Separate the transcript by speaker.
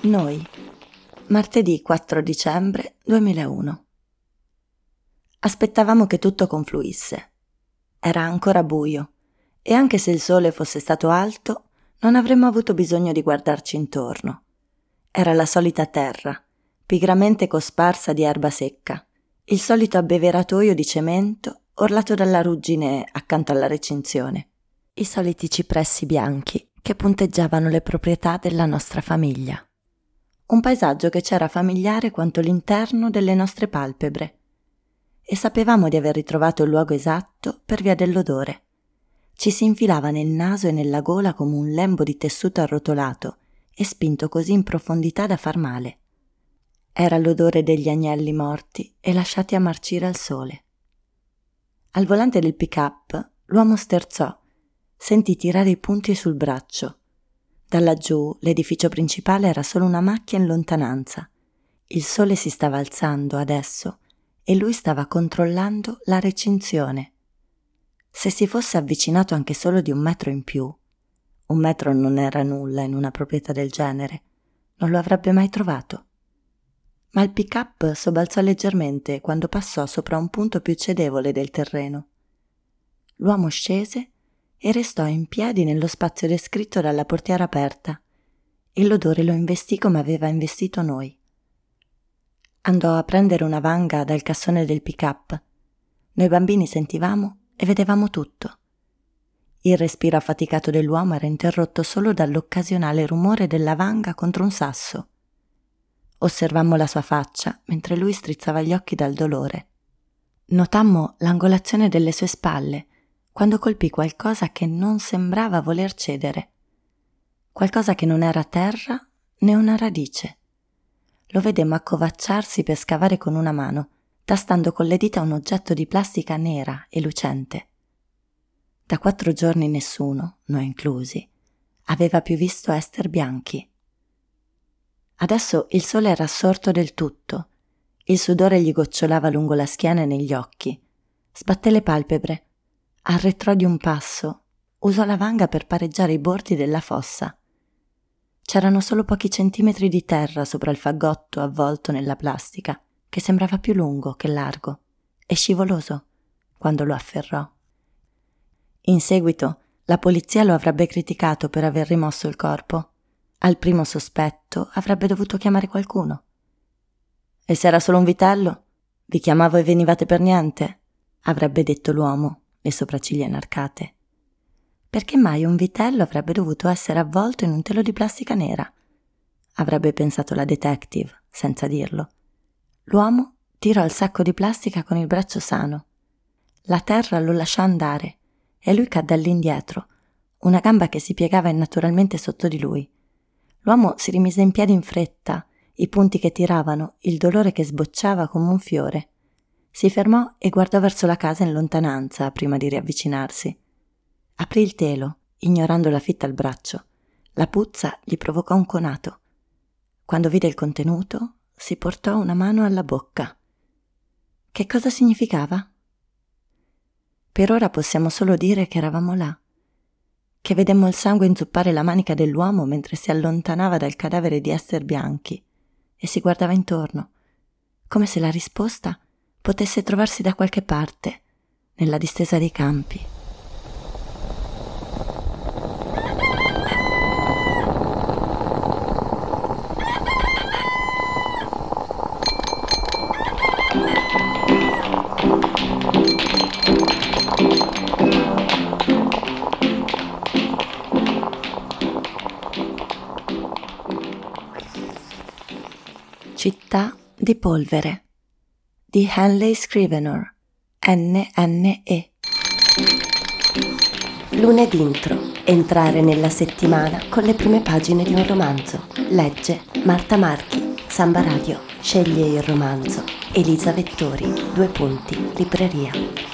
Speaker 1: Noi, martedì 4 dicembre 2001. Aspettavamo che tutto confluisse. Era ancora buio e anche se il sole fosse stato alto, non avremmo avuto bisogno di guardarci intorno. Era la solita terra, pigramente cosparsa di erba secca, il solito abbeveratoio di cemento orlato dalla ruggine accanto alla recinzione, i soliti cipressi bianchi che punteggiavano le proprietà della nostra famiglia. Un paesaggio che c'era familiare quanto l'interno delle nostre palpebre. E sapevamo di aver ritrovato il luogo esatto per via dell'odore. Ci si infilava nel naso e nella gola come un lembo di tessuto arrotolato e spinto così in profondità da far male. Era l'odore degli agnelli morti e lasciati a marcire al sole. Al volante del pick-up l'uomo sterzò, sentì tirare i punti sul braccio. Da laggiù l'edificio principale era solo una macchia in lontananza. Il sole si stava alzando adesso e lui stava controllando la recinzione. Se si fosse avvicinato anche solo di 1 metro in più, 1 metro non era nulla in una proprietà del genere, non lo avrebbe mai trovato. Ma il pick-up sobbalzò leggermente quando passò sopra un punto più cedevole del terreno. L'uomo scese e restò in piedi nello spazio descritto dalla portiera aperta e l'odore lo investì come aveva investito noi. Andò a prendere una vanga dal cassone del pick-up. Noi bambini sentivamo e vedevamo tutto. Il respiro affaticato dell'uomo era interrotto solo dall'occasionale rumore della vanga contro un sasso. Osservammo la sua faccia mentre lui strizzava gli occhi dal dolore. Notammo l'angolazione delle sue spalle quando colpì qualcosa che non sembrava voler cedere. Qualcosa che non era terra né una radice. Lo vedemmo accovacciarsi per scavare con una mano, tastando con le dita un oggetto di plastica nera e lucente. Da 4 giorni nessuno, noi inclusi, aveva più visto ester bianchi. Adesso il sole era assorto del tutto, il sudore gli gocciolava lungo la schiena e negli occhi, sbatté le palpebre, arretrò di un passo, usò la vanga per pareggiare i bordi della fossa. C'erano solo pochi centimetri di terra sopra il fagotto avvolto nella plastica, che sembrava più lungo che largo e scivoloso quando lo afferrò. In seguito la polizia lo avrebbe criticato per aver rimosso il corpo. Al primo sospetto avrebbe dovuto chiamare qualcuno. E se era solo un vitello? Vi chiamavo e venivate per niente? Avrebbe detto l'uomo, le sopracciglia inarcate. Perché mai un vitello avrebbe dovuto essere avvolto in un telo di plastica nera? Avrebbe pensato la detective, senza dirlo. L'uomo tirò il sacco di plastica con il braccio sano. La terra lo lasciò andare e lui cadde all'indietro, una gamba che si piegava innaturalmente sotto di lui. L'uomo si rimise in piedi in fretta, i punti che tiravano, il dolore che sbocciava come un fiore. Si fermò e guardò verso la casa in lontananza prima di riavvicinarsi. Aprì il telo, ignorando la fitta al braccio. La puzza gli provocò un conato. Quando vide il contenuto, si portò una mano alla bocca. Che cosa significava? Per ora possiamo solo dire che eravamo là, che vedemmo il sangue inzuppare la manica dell'uomo mentre si allontanava dal cadavere di ester bianchi e si guardava intorno, come se la risposta potesse trovarsi da qualche parte, nella distesa dei campi. Città di polvere di Henley Scrivener, NNE. Lunedì intro. Entrare nella settimana con le prime pagine di un romanzo. Legge Marta Marchi, Samba Radio. Sceglie il romanzo Elisa Vettori, 2 punti, libreria.